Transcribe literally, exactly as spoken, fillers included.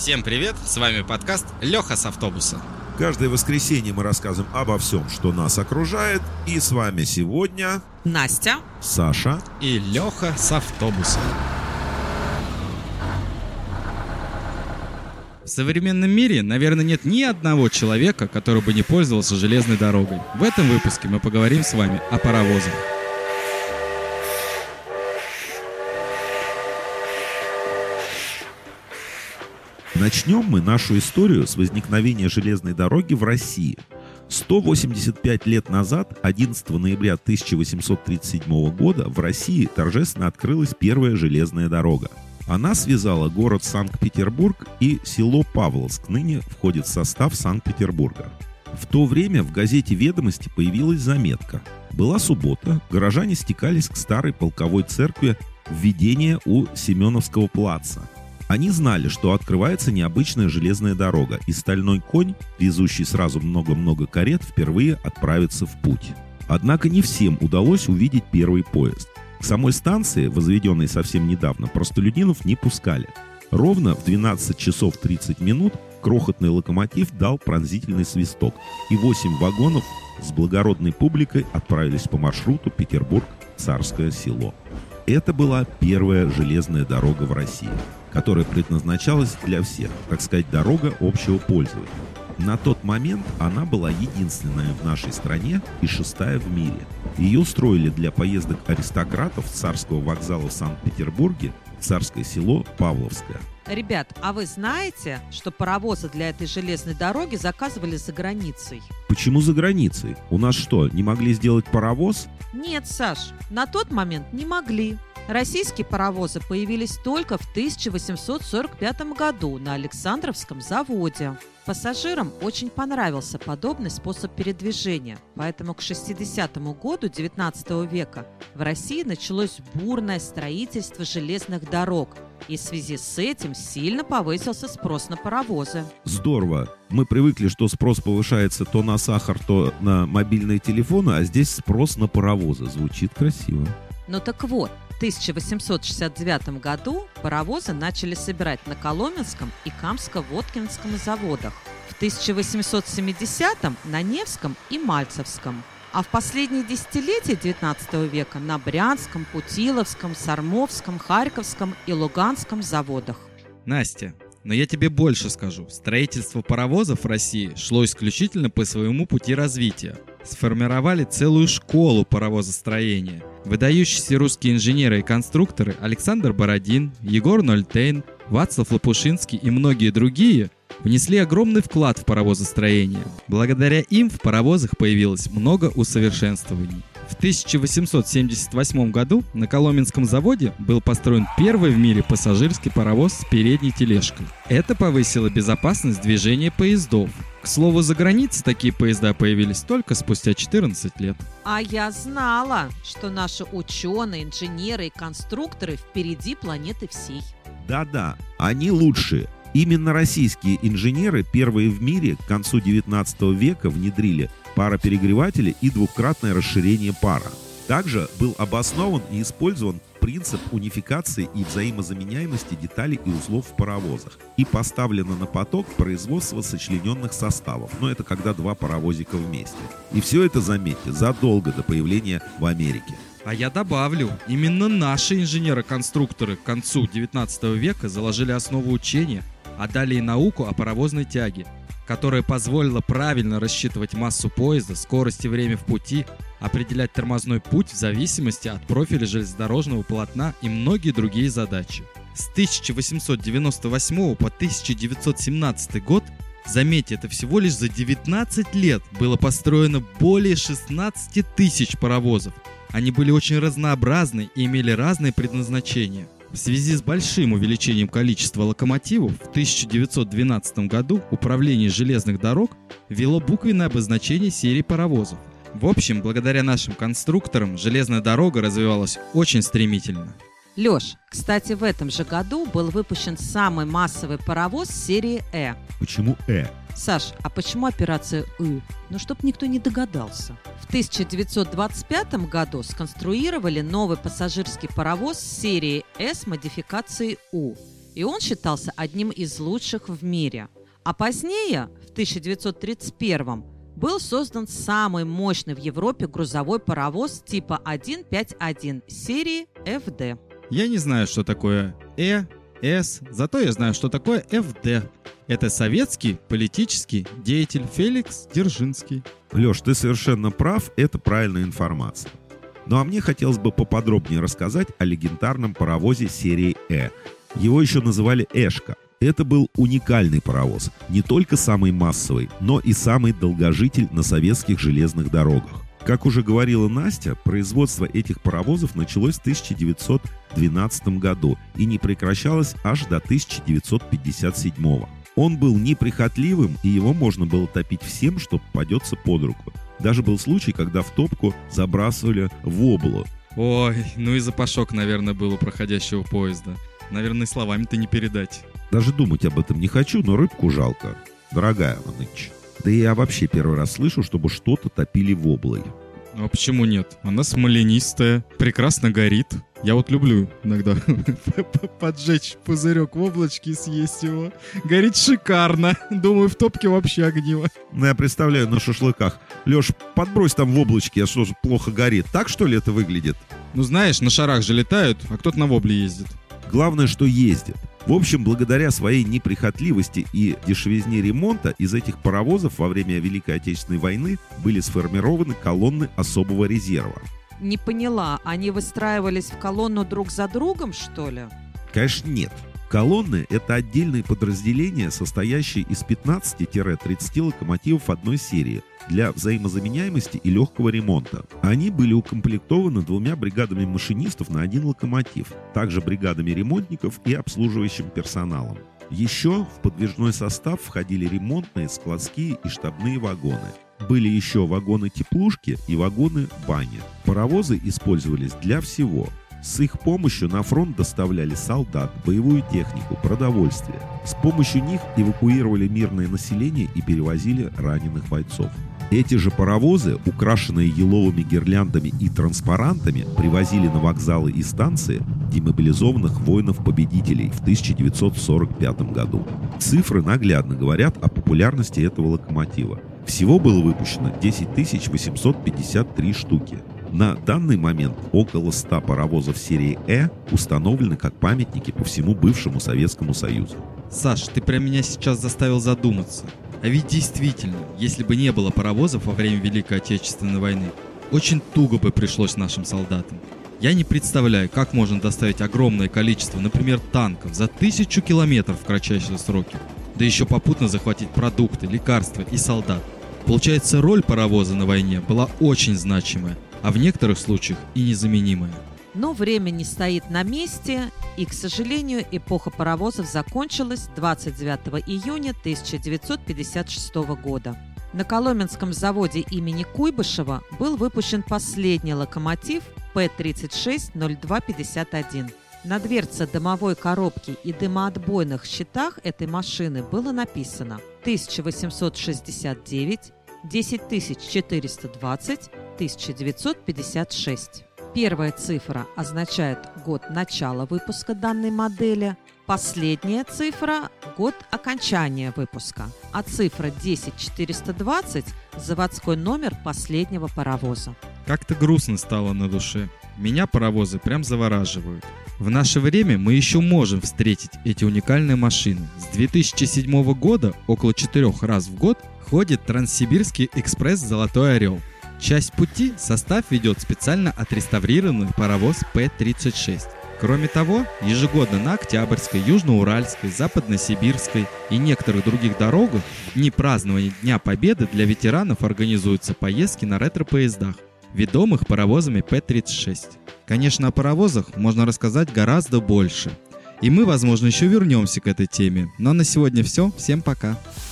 Всем привет, с вами подкаст «Леха с автобуса». Каждое воскресенье мы рассказываем обо всем, что нас окружает. И с вами сегодня Настя, Саша и Леха с автобуса. В современном мире, наверное, нет ни одного человека, который бы не пользовался железной дорогой. В этом выпуске мы поговорим с вами о паровозах. Начнем мы нашу историю с возникновения железной дороги в России. сто восемьдесят пять лет назад, одиннадцатого ноября тысяча восемьсот тридцать седьмого года, в России торжественно открылась первая железная дорога. Она связала город Санкт-Петербург и село Павловск, ныне входит в состав Санкт-Петербурга. В то время в газете «Ведомости» появилась заметка. Была суббота, горожане стекались к старой полковой церкви введения у Семеновского плаца. Они знали, что открывается необычная железная дорога, и стальной конь, везущий сразу много-много карет, впервые отправится в путь. Однако не всем удалось увидеть первый поезд. К самой станции, возведенной совсем недавно, простолюдинов не пускали. Ровно в двенадцать часов тридцать минут крохотный локомотив дал пронзительный свисток, и восемь вагонов с благородной публикой отправились по маршруту Петербург-Царское село. Это была первая железная дорога в России, которая предназначалась для всех, так сказать, дорога общего пользования. На тот момент она была единственная в нашей стране и шестая в мире. Ее строили для поездок аристократов с Царского вокзала в Санкт-Петербурге в Царское село Павловское. ребят, а вы знаете, что паровозы для этой железной дороги заказывали за границей? Почему за границей? У нас что, не могли сделать паровоз? Нет, Саш, на тот момент не могли. Российские паровозы появились только в тысяча восемьсот сорок пятом году на Александровском заводе. Пассажирам очень понравился подобный способ передвижения, поэтому к шестидесятому году девятнадцатого века в России началось бурное строительство железных дорог, и в связи с этим сильно повысился спрос на паровозы. Здорово. Мы привыкли, что спрос повышается то на сахар, то на мобильные телефоны, а здесь спрос на паровозы. Звучит красиво. Ну так вот, в тысяча восемьсот шестьдесят девятом году паровозы начали собирать на Коломенском и Камско-Воткинском заводах, в тысяча восемьсот семидесятом на Невском и Мальцевском, а в последние десятилетия девятнадцатого века на Брянском, Путиловском, Сормовском, Харьковском и Луганском заводах. Настя, но я тебе больше скажу. Строительство паровозов в России шло исключительно по своему пути развития. Сформировали целую школу паровозостроения. Выдающиеся русские инженеры и конструкторы Александр Бородин, Егор Нольтейн, Вацлав Лопушинский и многие другие внесли огромный вклад в паровозостроение. Благодаря им в паровозах появилось много усовершенствований. В тысяча восемьсот семьдесят восьмом году на Коломенском заводе был построен первый в мире пассажирский паровоз с передней тележкой. Это повысило безопасность движения поездов. К слову, за границей такие поезда появились только спустя четырнадцать лет. А я знала, что наши ученые, инженеры и конструкторы впереди планеты всей. Да-да, они лучшие. Именно российские инженеры первые в мире к концу девятнадцатого века внедрили пароперегреватели и двукратное расширение пара. Также был обоснован и использован принцип унификации и взаимозаменяемости деталей и узлов в паровозах. И поставлено на поток производство сочлененных составов. Но это когда два паровозика вместе. И все это, заметьте, задолго до появления в Америке. А я добавлю, именно наши инженеры-конструкторы к концу девятнадцатого века заложили основу учения, а далее и науку о паровозной тяге, которая позволила правильно рассчитывать массу поезда, скорость и время в пути, определять тормозной путь в зависимости от профиля железнодорожного полотна и многие другие задачи. С тысяча восемьсот девяносто восьмого по тысяча девятьсот семнадцатый год, заметьте, это всего лишь за девятнадцать лет, было построено более шестнадцать тысяч паровозов. Они были очень разнообразны и имели разные предназначения. В связи с большим увеличением количества локомотивов в тысяча девятьсот двенадцатом году Управление железных дорог ввело буквенное обозначение серии паровозов. В общем, благодаря нашим конструкторам железная дорога развивалась очень стремительно. Лёш, кстати, в этом же году был выпущен самый массовый паровоз серии «Э». Почему «Э»? Саш, а почему операция «Ы»? Ну, чтоб никто не догадался. В тысяча девятьсот двадцать пятом году сконструировали новый пассажирский паровоз серии «С» модификации «У». и он считался одним из лучших в мире. А позднее, в тысяча девятьсот тридцать первом, был создан самый мощный в Европе грузовой паровоз типа сто пятьдесят один серии эф дэ. Я не знаю, что такое Э, С, зато я знаю, что такое эф дэ. Это советский политический деятель Феликс Дзержинский. Леш, ты совершенно прав, это правильная информация. Ну а мне хотелось бы поподробнее рассказать о легендарном паровозе серии Э. Его еще называли Эшка. Это был уникальный паровоз, не только самый массовый, но и самый долгожитель на советских железных дорогах. Как уже говорила Настя, производство этих паровозов началось в тысяча девятьсот двенадцатом году и не прекращалось аж до тысяча девятьсот пятьдесят седьмого. Он был неприхотливым, и его можно было топить всем, что попадется под руку. Даже был случай, когда в топку забрасывали воблу. Ой, ну и запашок, наверное, был у проходящего поезда. Наверное, словами-то не передать. Даже думать об этом не хочу, но рыбку жалко. Дорогая она нынче. Да и я вообще первый раз слышу, чтобы что-то топили воблой. Ну а почему нет? Она смоленистая, прекрасно горит. Я вот люблю иногда поджечь пузырек в облачке и съесть его. Горит шикарно. Думаю, в топке вообще огниво. Ну, я представляю на шашлыках. Леш, подбрось там в облачке, а что же плохо горит? Так, что ли, это выглядит? Ну, знаешь, на шарах же летают, а кто-то на вобле ездит. Главное, что ездит. В общем, благодаря своей неприхотливости и дешевизне ремонта из этих паровозов во время Великой Отечественной войны были сформированы колонны особого резерва. Не поняла, они выстраивались в колонну друг за другом, что ли? Конечно, нет. Колонны — это отдельные подразделения, состоящие из пятнадцати-тридцати локомотивов одной серии для взаимозаменяемости и легкого ремонта. Они были укомплектованы двумя бригадами машинистов на один локомотив, также бригадами ремонтников и обслуживающим персоналом. Еще в подвижной состав входили ремонтные, складские и штабные вагоны. Были еще вагоны-теплушки и вагоны-бани. Паровозы использовались для всего. С их помощью на фронт доставляли солдат, боевую технику, продовольствие. С помощью них эвакуировали мирное население и перевозили раненых бойцов. Эти же паровозы, украшенные еловыми гирляндами и транспарантами, привозили на вокзалы и станции демобилизованных воинов-победителей в тысяча девятьсот сорок пятом году. Цифры наглядно говорят о популярности этого локомотива. Всего было выпущено десять тысяч восемьсот пятьдесят три штуки. На данный момент около ста паровозов серии Э установлены как памятники по всему бывшему Советскому Союзу. Саш, ты прям меня сейчас заставил задуматься. А ведь действительно, если бы не было паровозов во время Великой Отечественной войны, очень туго бы пришлось нашим солдатам. Я не представляю, как можно доставить огромное количество, например, танков за тысячу километров в кратчайшие сроки, да еще попутно захватить продукты, лекарства и солдат. Получается, роль паровоза на войне была очень значимая, а в некоторых случаях и незаменимая. Но время не стоит на месте, и, к сожалению, эпоха паровозов закончилась двадцать девятого июня тысяча девятьсот пятьдесят шестого года. На Коломенском заводе имени Куйбышева был выпущен последний локомотив П тридцать шесть ноль два пятьдесят один. На дверце дымовой коробки и дымоотбойных щитах этой машины было написано тысяча восемьсот шестьдесят девять, десять тысяч четыреста двадцать, тысяча девятьсот пятьдесят шесть. Первая цифра означает год начала выпуска данной модели, последняя цифра – год окончания выпуска, а цифра десять тысяч четыреста двадцать – заводской номер последнего паровоза. Как-то грустно стало на душе. Меня паровозы прям завораживают. В наше время мы еще можем встретить эти уникальные машины. С две тысячи седьмого года около четырех раз в год ходит Транссибирский экспресс «Золотой орел». Часть пути состав ведет специально отреставрированный паровоз П тридцать шесть. Кроме того, ежегодно на Октябрьской, Южноуральской, Западносибирской и некоторых других дорогах в дни празднования Дня Победы для ветеранов организуются поездки на ретро-поездах, ведомых паровозами П тридцать шесть. Конечно, о паровозах можно рассказать гораздо больше. И мы, возможно, еще вернемся к этой теме. Но на сегодня все. Всем пока.